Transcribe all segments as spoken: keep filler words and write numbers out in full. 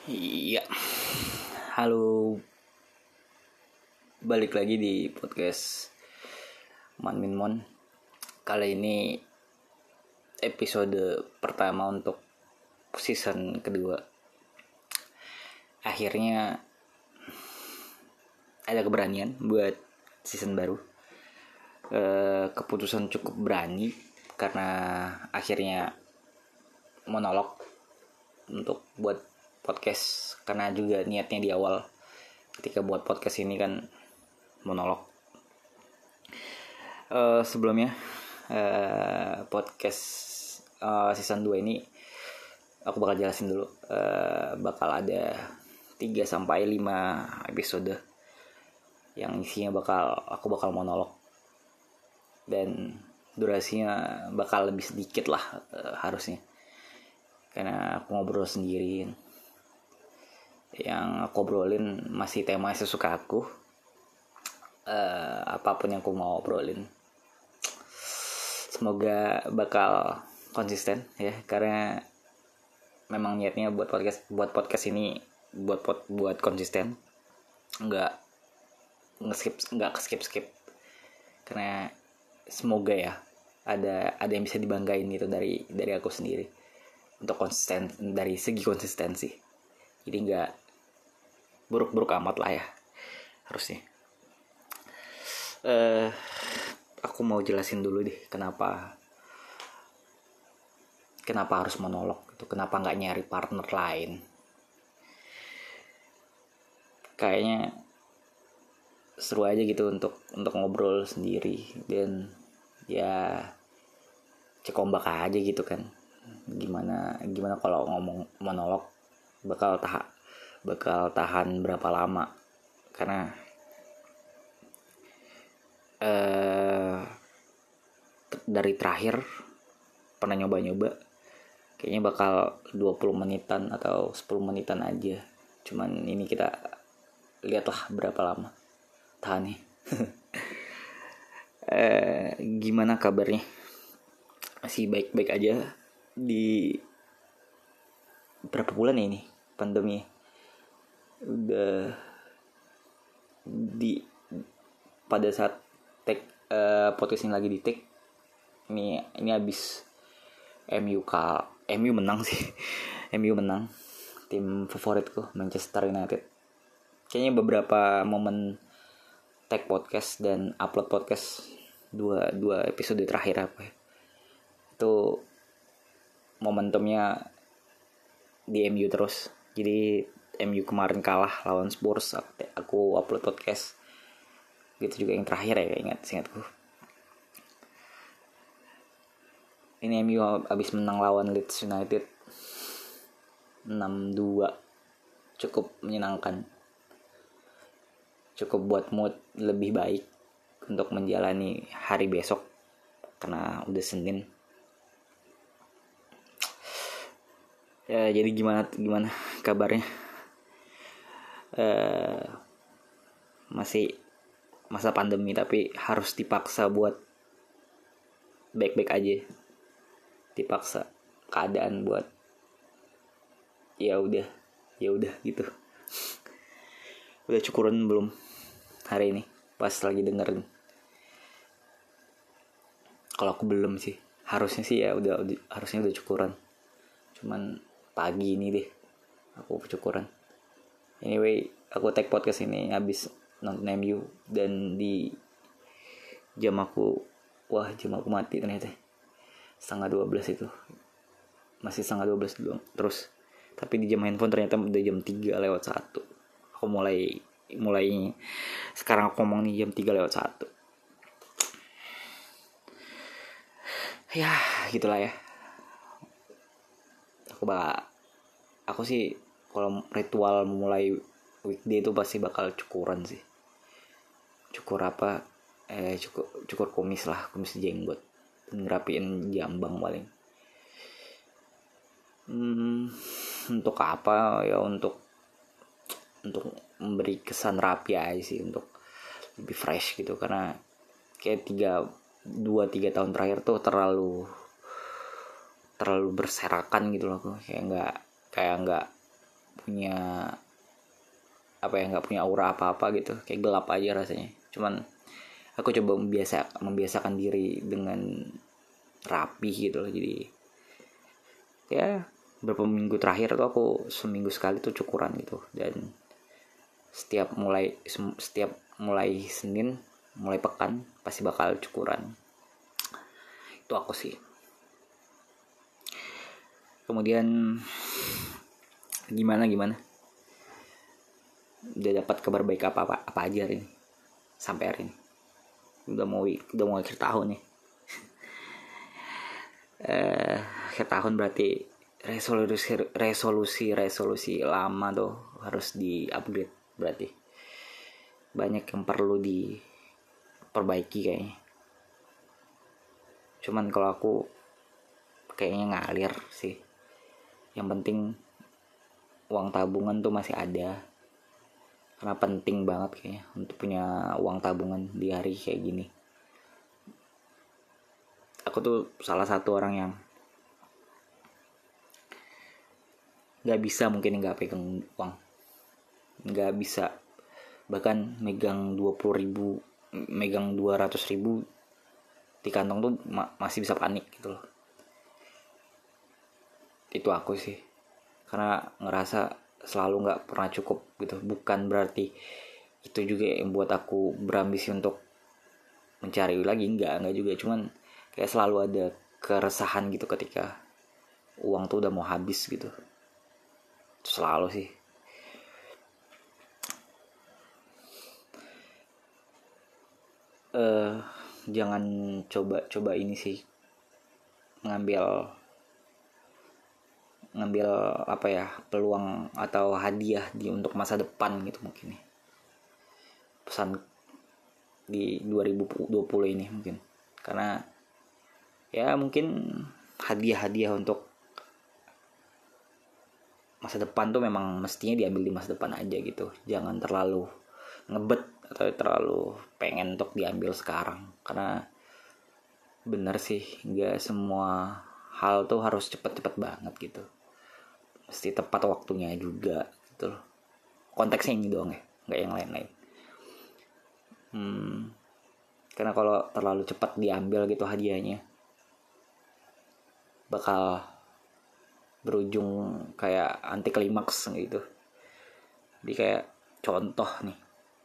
Iya, halo, balik lagi di podcast Man Min Mon. Kali ini episode pertama untuk season kedua. Akhirnya ada keberanian buat season baru. E, keputusan cukup berani karena akhirnya monolog untuk buat podcast, karena juga niatnya di awal ketika buat podcast ini kan monolog. Uh, sebelumnya uh, podcast uh, season dua ini aku bakal jelasin dulu. Uh, bakal ada tiga sampai lima episode yang isinya bakal aku bakal monolog, dan durasinya bakal lebih sedikit lah uh, harusnya, karena aku ngobrol sendirian. Yang aku obrolin masih tema sesuka aku, uh, apapun yang aku mau obrolin semoga bakal konsisten ya, karena memang niatnya buat podcast buat podcast ini buat buat, buat konsisten, nggak nge-skip nggak skip skip karena semoga ya ada ada yang bisa dibanggain gitu dari dari aku sendiri untuk konsisten dari segi konsistensi. Jadi nggak buruk-buruk amat lah ya harusnya. Uh, aku mau jelasin dulu deh kenapa kenapa harus monolog itu, kenapa nggak nyari partner lain. Kayaknya seru aja gitu untuk untuk ngobrol sendiri, dan ya cek ombak aja gitu kan. Gimana gimana kalau ngomong monolog bakal tahan bakal tahan berapa lama, karena eh, dari terakhir pernah nyoba-nyoba kayaknya bakal dua puluh menitan atau sepuluh menitan aja. Cuman ini kita lihatlah berapa lama tahan nih. eh, gimana kabarnya? Masih baik-baik aja di berapa bulan ya ini pandemi? Udah di pada saat take uh, podcast ini lagi di take ini ini habis M U kal M U menang sih. M U menang, tim favoritku Manchester United. Kayaknya beberapa momen take podcast dan upload podcast dua dua episode terakhir apa ya, itu momentumnya di M U terus. Jadi M U kemarin kalah lawan Spurs, aku upload podcast. Gitu juga yang terakhir ya, ingat ingatku. Ini M U abis menang lawan Leeds United enam dua. Cukup menyenangkan. Cukup buat mood lebih baik untuk menjalani hari besok, karena udah Senin. Ya, jadi gimana gimana kabarnya? Uh, masih masa pandemi tapi harus dipaksa buat baik-baik aja, dipaksa keadaan buat ya udah ya udah gitu. Udah cukuran belum hari ini pas lagi dengerin? Kalau aku belum sih, harusnya sih ya udah, udah harusnya udah cukuran, cuman pagi ini deh aku cukuran. Anyway, aku take podcast ini habis nonton M U, dan di jam aku wah jam aku mati ternyata setengah dua belas, itu masih setengah dua belas doang terus, tapi di jam handphone ternyata udah jam tiga lewat satu. Aku mulai mulai sekarang aku ngomong nih jam tiga lewat satu. Ya gitulah ya. Aku bak aku sih kalau ritual mulai weekday itu pasti bakal cukuran sih. Cukur apa? Eh cukur cukur kumis lah, kumis jenggot, ngerapiin jambang paling. Hmm, untuk apa ya? Untuk untuk memberi kesan rapi aja sih, untuk lebih fresh gitu, karena kayak tiga dua tiga tahun terakhir tuh terlalu terlalu berserakan gitu loh, kayak nggak kayak nggak punya apa ya, nggak punya aura apa-apa gitu, kayak gelap aja rasanya. Cuman aku coba membiasa membiasakan diri dengan rapi gitu loh. Jadi ya beberapa minggu terakhir tuh aku seminggu sekali tuh cukuran gitu, dan setiap mulai setiap mulai Senin, mulai pekan pasti bakal cukuran. Itu aku sih. Kemudian gimana gimana udah dapat kabar baik apa apa apa aja hari ini sampai hari ini? Udah mau udah mau akhir tahun nih. eh, akhir tahun berarti resolusi resolusi resolusi lama tuh harus di upgrade, berarti banyak yang perlu diperbaiki kayaknya. Cuman kalau aku kayaknya ngalir sih. Yang penting uang tabungan tuh masih ada, karena penting banget kayaknya untuk punya uang tabungan di hari kayak gini. Aku tuh salah satu orang yang nggak bisa mungkin nggak pegang uang, nggak bisa bahkan megang dua puluh ribu, megang dua ratus ribu di kantong tuh ma- masih bisa panik gitu loh. Itu aku sih, karena ngerasa selalu nggak pernah cukup gitu. Bukan berarti itu juga yang buat aku berambisi untuk mencari lagi, nggak nggak juga, cuman kayak selalu ada keresahan gitu ketika uang tuh udah mau habis gitu. Selalu sih. Uh, jangan coba-coba ini sih, ngambil ngambil apa ya, peluang atau hadiah di untuk masa depan gitu mungkin nih. Pesan di dua ribu dua puluh ini mungkin, karena ya mungkin hadiah-hadiah untuk masa depan tuh memang mestinya diambil di masa depan aja gitu. Jangan terlalu ngebet atau terlalu pengen untuk diambil sekarang, karena bener sih nggak semua hal tuh harus cepet-cepet banget gitu. Mesti tepat waktunya juga gitu loh. Konteksnya ini doang ya, nggak yang lain-lain. Hmm, karena kalau terlalu cepat diambil gitu hadiahnya, bakal berujung kayak anti klimaks gitu. Jadi kayak contoh nih,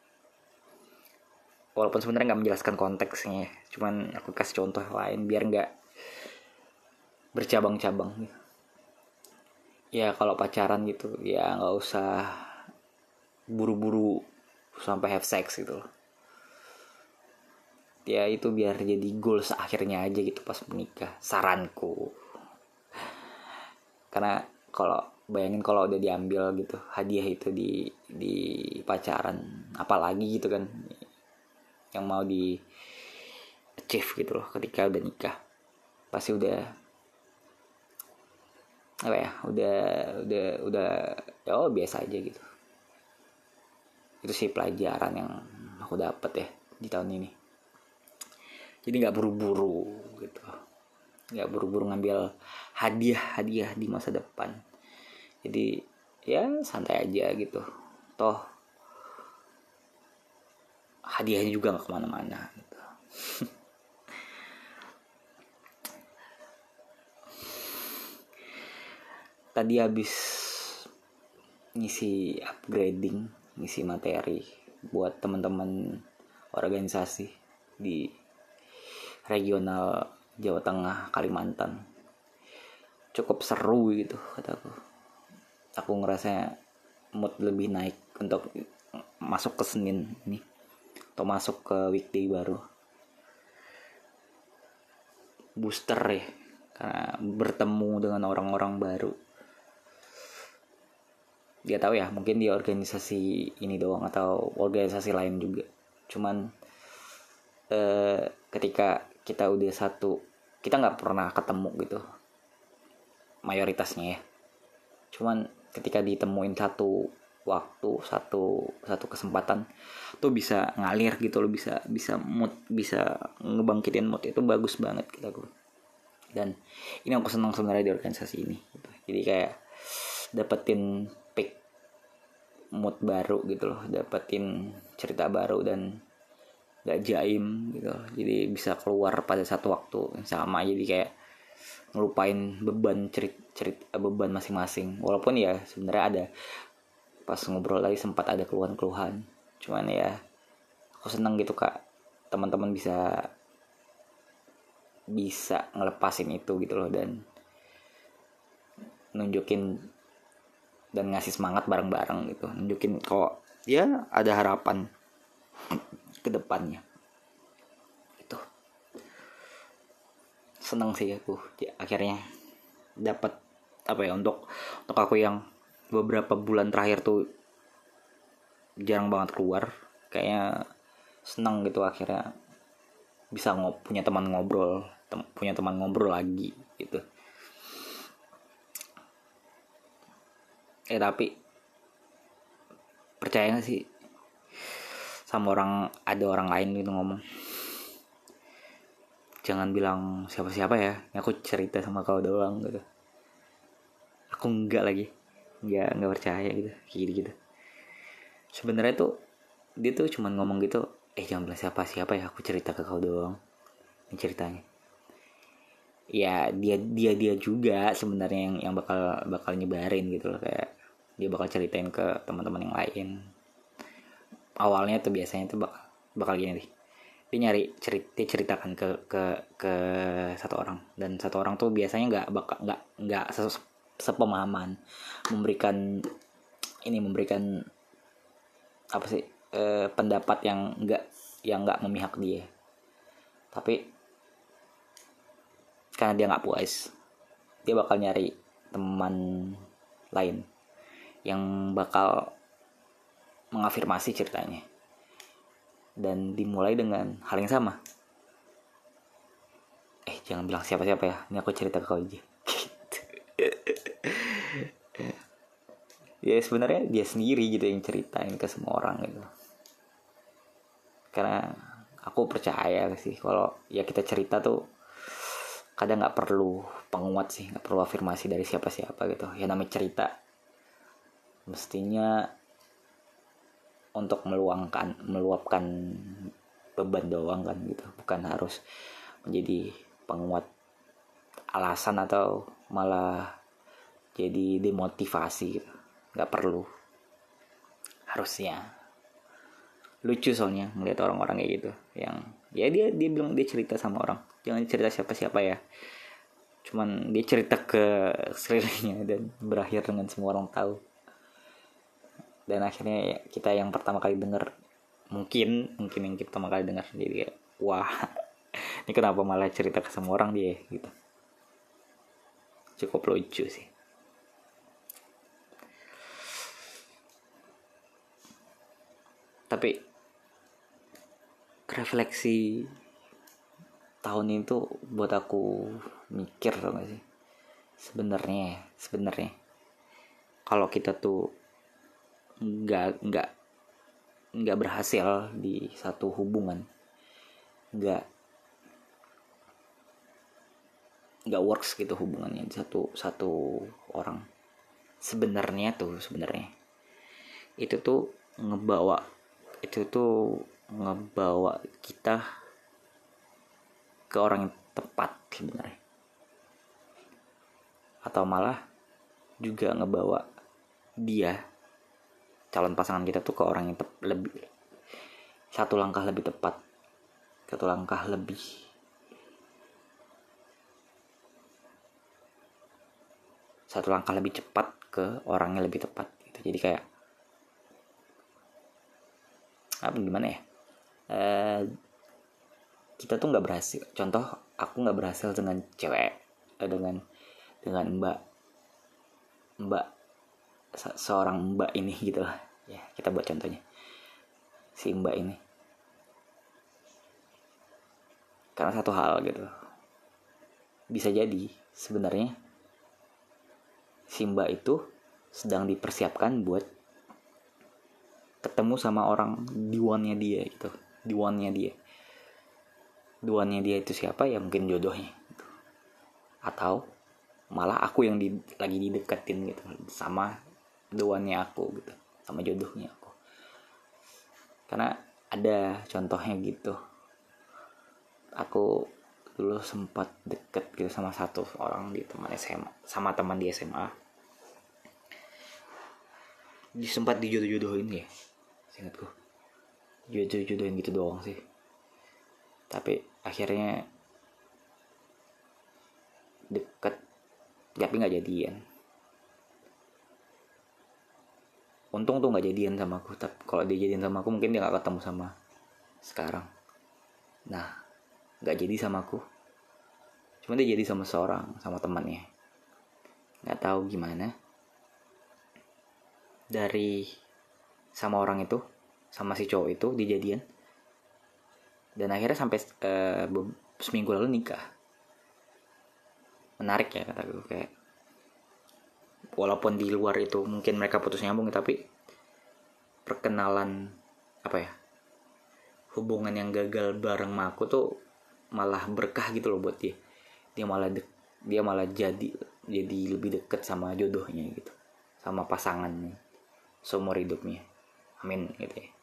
walaupun sebenarnya nggak menjelaskan konteksnya, cuman aku kasih contoh lain biar nggak bercabang-cabang gitu. Ya kalau pacaran gitu ya nggak usah buru-buru sampai have sex gitu loh. Ya itu biar jadi goals akhirnya aja gitu pas menikah, saranku. Karena kalau bayangin kalau udah diambil gitu hadiah itu di di pacaran, apalagi gitu kan yang mau di achieve gitu loh ketika udah nikah, pasti udah apa ya, udah udah udah ya oh, biasa aja gitu. Itu sih pelajaran yang aku dapat ya di tahun ini. Jadi nggak buru-buru gitu, nggak buru-buru ngambil hadiah-hadiah di masa depan. Jadi ya santai aja gitu, toh hadiahnya juga nggak kemana-mana gitu. Tadi habis ngisi upgrading, ngisi materi buat teman-teman organisasi di regional Jawa Tengah, Kalimantan. Cukup seru gitu kataku. Aku ngerasa mood lebih naik untuk masuk ke Senin ini atau masuk ke weekday baru. Booster ya, karena bertemu dengan orang-orang baru. Dia tahu ya, mungkin di organisasi ini doang atau organisasi lain juga. Cuman eh, ketika kita udah satu, kita nggak pernah ketemu gitu mayoritasnya ya. Cuman ketika ditemuin satu waktu, satu satu kesempatan tuh bisa ngalir gitu loh, bisa bisa mood, bisa ngebangkitin mood. Itu bagus banget kita gitu. Dan ini aku senang sebenarnya di organisasi ini gitu. Jadi kayak dapetin pick mood baru gitu loh, dapetin cerita baru dan gak jaim gitu loh. Jadi bisa keluar pada satu waktu yang sama, jadi kayak ngelupain beban cerit cerit beban masing-masing. Walaupun ya sebenarnya ada pas ngobrol tadi sempat ada keluhan-keluhan, cuman ya aku seneng gitu kak, teman-teman bisa bisa ngelepasin itu gitu loh, dan nunjukin dan ngasih semangat bareng-bareng gitu, nunjukin kok ya ada harapan ke depannya. Itu seneng sih aku ya, akhirnya dapat apa ya, untuk untuk aku yang beberapa bulan terakhir tuh jarang banget keluar, kayaknya seneng gitu akhirnya bisa ngob punya teman ngobrol tem punya teman ngobrol lagi gitu. Eh tapi percaya gak sih sama orang, ada orang lain gitu ngomong, jangan bilang siapa-siapa ya, aku cerita sama kau doang gitu. Aku enggak lagi, enggak enggak percaya gitu, kayak gitu. Sebenarnya tuh dia tuh cuman ngomong gitu, eh jangan bilang siapa-siapa ya, aku cerita ke kau doang ini ceritanya. Ya dia dia dia juga sebenarnya yang yang bakal bakal nyebarin gitu loh, kayak dia bakal ceritain ke teman-teman yang lain. Awalnya tuh biasanya tuh bakal bakal gini nih, dia nyari cerita, dia ceritakan ke ke ke satu orang, dan satu orang tuh biasanya nggak bakal nggak nggak sepemahaman, memberikan ini memberikan apa sih eh, pendapat yang nggak yang nggak memihak dia. Tapi karena dia nggak puas, dia bakal nyari teman lain yang bakal mengafirmasi ceritanya, dan dimulai dengan hal yang sama. Eh jangan bilang siapa-siapa ya, ini aku cerita ke kau aja. Ya sebenarnya dia sendiri gitu yang ceritain ke semua orang gitu, karena aku percaya sih kalau ya kita cerita tuh kadang nggak perlu penguat sih, nggak perlu afirmasi dari siapa-siapa gitu ya. Namanya cerita mestinya untuk meluangkan meluapkan beban doang kan gitu, bukan harus menjadi penguat alasan atau malah jadi demotivasi gitu. Nggak perlu. Harusnya lucu soalnya ngeliat orang-orang kayak gitu, yang ya dia dia bilang dia cerita sama orang, jangan cerita siapa-siapa ya, cuman dia cerita ke sekelilingnya dan berakhir dengan semua orang tahu. Dan akhirnya ya, kita yang pertama kali dengar, mungkin mungkin yang kita pertama kali dengar, jadi kayak wah ini kenapa malah cerita ke semua orang dia gitu. Cukup lucu sih. Tapi refleksi tahun itu buat aku mikir tau gak sih, sebenarnya sebenarnya kalau kita tuh nggak nggak nggak berhasil di satu hubungan, nggak nggak works gitu hubungannya di satu satu orang, sebenarnya tuh sebenarnya itu tuh ngebawa itu tuh ngebawa kita ke orang yang tepat sebenarnya, atau malah juga ngebawa dia calon pasangan kita tuh ke orang yang tep- lebih satu langkah lebih tepat, satu langkah lebih satu langkah lebih cepat ke orangnya lebih tepat gitu. Jadi kayak apa gimana ya, eh, kita tuh nggak berhasil, contoh aku nggak berhasil dengan cewek, eh, dengan dengan mbak mbak se- seorang mbak ini gitu lah ya, kita buat contohnya si mbak ini, karena satu hal gitu, bisa jadi sebenarnya si mbak itu sedang dipersiapkan buat ketemu sama orang diwannya dia gitu, diwannya dia diwannya dia itu siapa ya, mungkin jodohnya gitu. Atau malah aku yang di, lagi dideketin gitu sama doannya aku gitu, sama jodohnya aku. Karena ada contohnya gitu, aku dulu sempat deket gitu sama satu orang di teman S M A, sama teman di S M A, di sempat dijodoh-jodohin ya, seingatku jodoh-jodohin gitu doang sih, tapi akhirnya deket tapi nggak jadian. Untung tuh nggak jadian sama aku, tapi kalau dia jadian sama aku mungkin dia nggak ketemu sama sekarang. Nah, nggak jadi sama aku, cuma dia jadi sama seorang, sama temannya. Nggak tahu gimana dari sama orang itu, sama si cowok itu dijadian, dan akhirnya sampai uh, seminggu lalu nikah. Menarik ya kata gue, kayak walaupun di luar itu mungkin mereka putus nyambung, tapi perkenalan apa ya, hubungan yang gagal bareng sama aku tuh malah berkah gitu loh buat dia. Dia malah de- dia malah jadi jadi lebih deket sama jodohnya gitu, sama pasangannya seumur hidupnya. Amin gitu ya.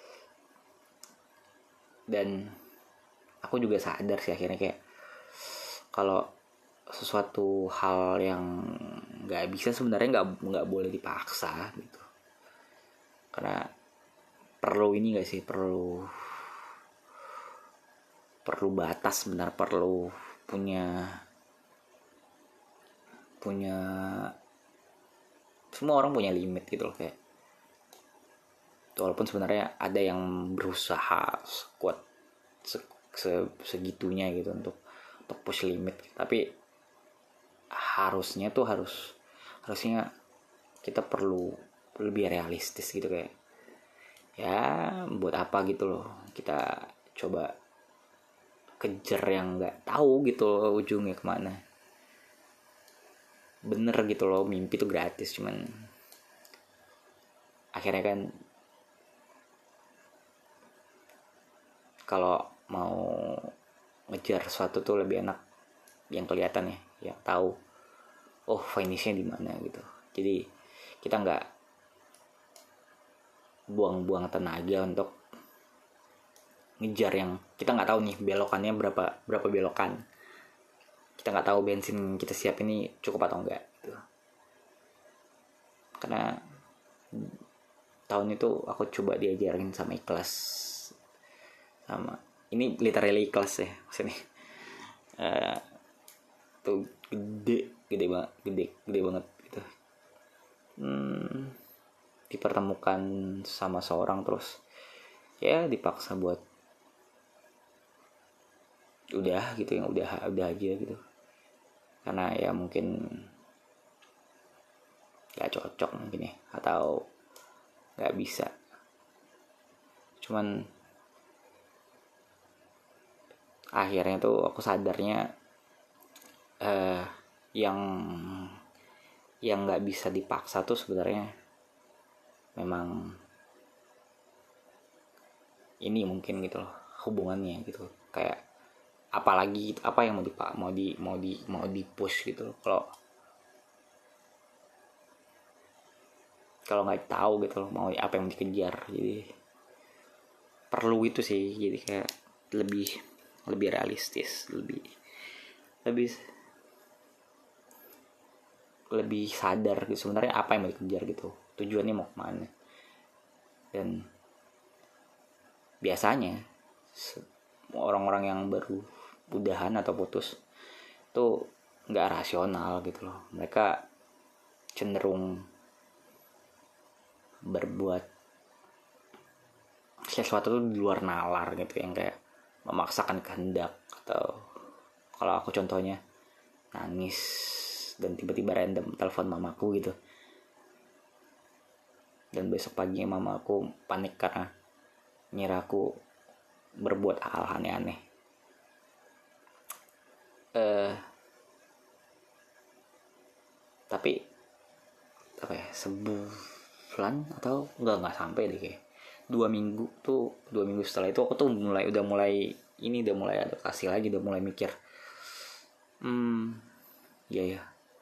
Dan aku juga sadar sih akhirnya kayak kalau sesuatu hal yang nggak bisa sebenarnya nggak nggak boleh dipaksa gitu. Karena perlu ini nggak sih, perlu perlu batas, benar perlu punya punya semua orang punya limit gitu loh, kayak walaupun sebenarnya ada yang berusaha sekuat se, se, segitunya gitu untuk untuk push limit, tapi harusnya tuh harus harusnya kita perlu lebih realistis gitu, kayak ya buat apa gitu loh kita coba kejar yang nggak tahu gitu loh ujungnya kemana. Bener gitu loh, mimpi tuh gratis, cuman akhirnya kan kalau mau ngejar sesuatu tuh lebih enak yang kelihatan ya, yang tahu oh finishnya di mana gitu. Jadi kita nggak buang-buang tenaga untuk ngejar yang kita nggak tahu nih belokannya berapa berapa belokan, kita nggak tahu bensin kita siap ini cukup atau enggak gitu. Karena tahun itu aku coba diajarin sama ikhlas, sama ini literally ikhlas ya maksudnya. Uh, tuh gede gede banget gede gede banget gitu. Hmm, dipertemukan sama seorang terus ya dipaksa buat udah gitu, yang udah udah aja gitu, karena ya mungkin nggak cocok mungkin ya, atau nggak bisa. Cuman akhirnya tuh aku sadarnya eh, yang yang nggak bisa dipaksa tuh sebenarnya memang ini mungkin gitu loh hubungannya gitu, kayak apalagi apa yang mau di mau di mau di mau di push gitu loh. Kalau kalau nggak tahu gitu loh mau apa yang mau dikejar, jadi perlu itu sih, jadi kayak lebih lebih realistis, lebih lebih lebih sadar gitu sebenarnya apa yang mau dikejar gitu, tujuannya mau kemana. Dan biasanya orang-orang yang baru udahan atau putus tuh nggak rasional gitu loh, mereka cenderung berbuat sesuatu tuh di luar nalar gitu, yang kayak memaksakan kehendak. Atau kalau aku contohnya nangis dan tiba-tiba random telepon mamaku gitu, dan besok paginya mamaku panik karena ngira aku berbuat hal aneh-aneh. Eh, tapi apa ya, sebulan atau enggak enggak sampai deh kayak dua minggu tuh dua minggu setelah itu aku tuh mulai udah mulai ini udah mulai adaptasi lagi, udah mulai mikir hmm ya ya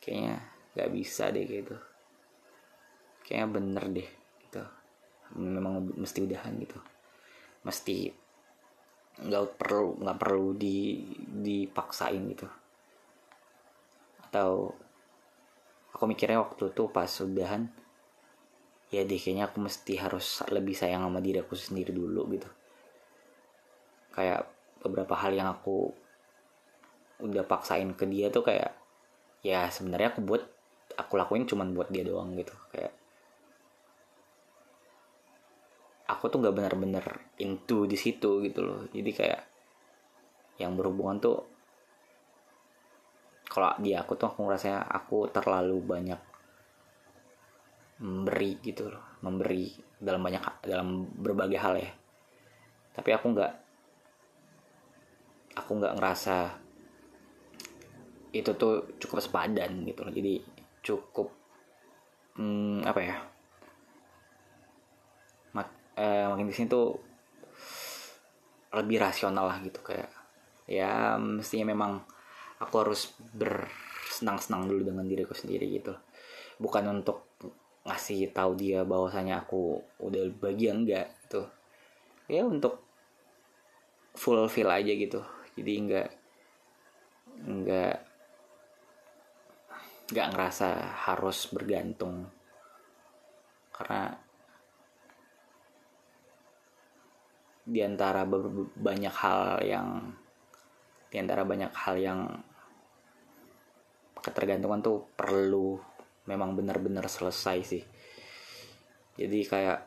kayaknya nggak bisa deh gitu, kayaknya bener deh gitu, memang mesti udahan gitu, mesti nggak perlu nggak perlu di dipaksain gitu. Atau aku mikirnya waktu itu pas udahan, ya deh kayaknya aku mesti harus lebih sayang sama diri aku sendiri dulu gitu. Kayak beberapa hal yang aku udah paksain ke dia tuh kayak ya sebenarnya aku buat aku lakuin cuman buat dia doang gitu. Kayak aku tuh nggak benar-benar into di situ gitu loh. Jadi kayak yang berhubungan tuh, kalau dia aku tuh aku ngerasanya aku terlalu banyak memberi gitu loh, memberi dalam banyak dalam berbagai hal ya. Tapi aku nggak aku nggak ngerasa itu tuh cukup sepadan gitu loh. Jadi cukup hmm, apa ya, mak, eh, makin disini tuh lebih rasional lah gitu. Kayak ya mestinya memang aku harus bersenang-senang dulu dengan diriku sendiri gitu, bukan untuk ngasih tahu dia bahwasanya aku udah bagian enggak gitu ya, untuk fulfill aja gitu. Jadi enggak enggak enggak ngerasa harus bergantung, karena diantara banyak hal yang diantara banyak hal yang ketergantungan tuh perlu memang benar-benar selesai sih. Jadi kayak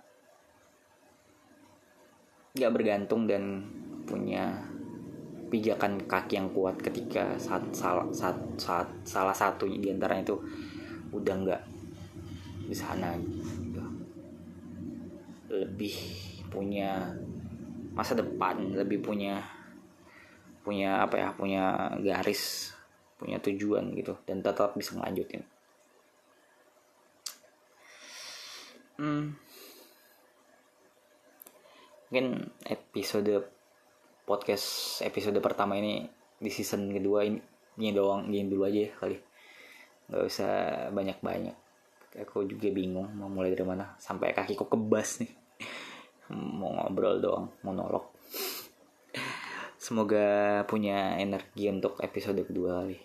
gak bergantung dan punya pijakan kaki yang kuat ketika saat salah saat, saat salah satu di antaranya itu udah nggak di sana gitu. Lebih punya masa depan, lebih punya punya apa ya, punya garis, punya tujuan gitu, dan tetap bisa ngelanjutin. Hmm. Mungkin episode podcast episode pertama ini di season kedua ini ini doang, gini dulu aja kali, nggak usah banyak-banyak. Aku juga bingung mau mulai dari mana, sampai kakiku kebas nih mau ngobrol doang, monolog. Semoga punya energi untuk episode kedua kali,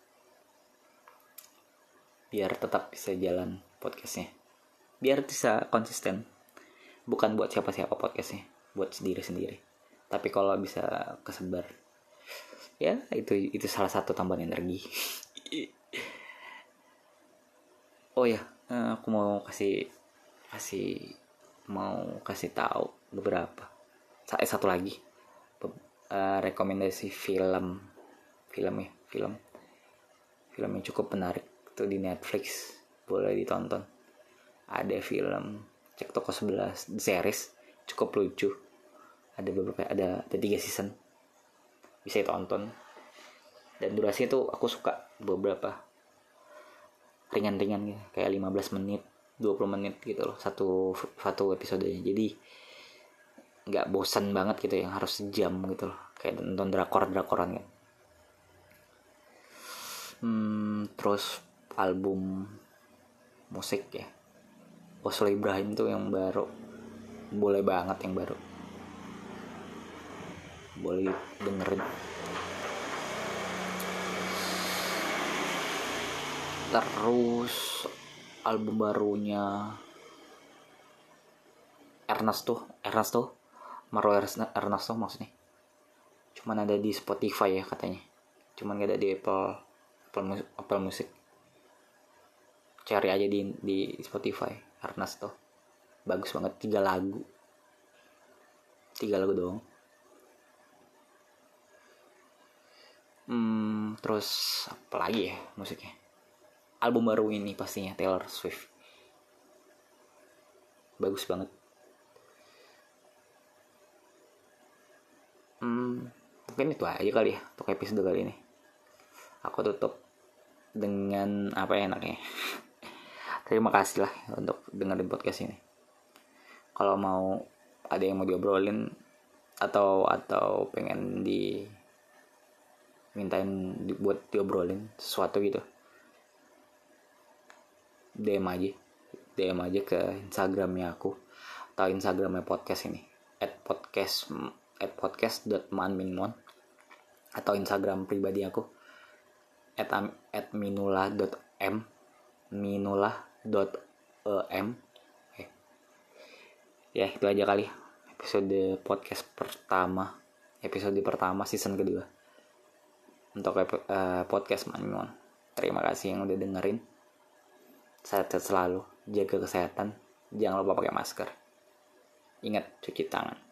biar tetap bisa jalan podcastnya, biar bisa konsisten. Bukan buat siapa-siapa podcastnya, buat sendiri-sendiri. Tapi kalau bisa kesebar, ya itu itu salah satu tambahan energi. Oh ya, aku mau kasih kasih mau kasih tahu beberapa. Eh, satu lagi, uh, rekomendasi film, film ya, film, film yang cukup menarik tuh di Netflix, boleh ditonton. Ada film Cek Toko sebelas series, cukup lucu. Ada beberapa, ada ada tiga season, bisa ditonton. Dan durasinya tuh aku suka, beberapa ringan-ringan gitu, kayak lima belas menit, dua puluh menit gitu loh satu satu episodenya. Jadi nggak bosan banget gitu yang harus sejam gitu loh, kayak nonton drakor-drakoran kan. Hmm, terus album musik ya, Oslo Ibrahim tuh yang baru, boleh banget yang baru, boleh dengerin. Terus album barunya Ernesto Ernesto Maro Ernesto maksudnya, cuman ada di Spotify ya katanya, cuman gak ada di Apple Apple, Apple Music. Cari aja di di Spotify, Ernesto, bagus banget. Tiga lagu tiga lagu doang. Hmm, terus apa lagi ya musiknya? Album baru ini pastinya Taylor Swift, bagus banget. Hmm, mungkin itu aja kali ya untuk episode kali ini. Aku tutup dengan apa ya enaknya. Terima kasih lah untuk dengerin podcast ini. Kalau mau ada yang mau diobrolin atau atau pengen di mintain buat diobrolin sesuatu gitu, D M aja D M aja ke Instagramnya aku atau Instagramnya podcast ini at podcast at podcast dot manminmon atau Instagram pribadi aku at at minula dot m minula dot em. eh. Ya itu aja kali episode podcast pertama episode pertama season kedua untuk uh, podcast Manmon. Terima kasih yang udah dengerin. Sehat-sehat selalu, jaga kesehatan, jangan lupa pakai masker, ingat cuci tangan.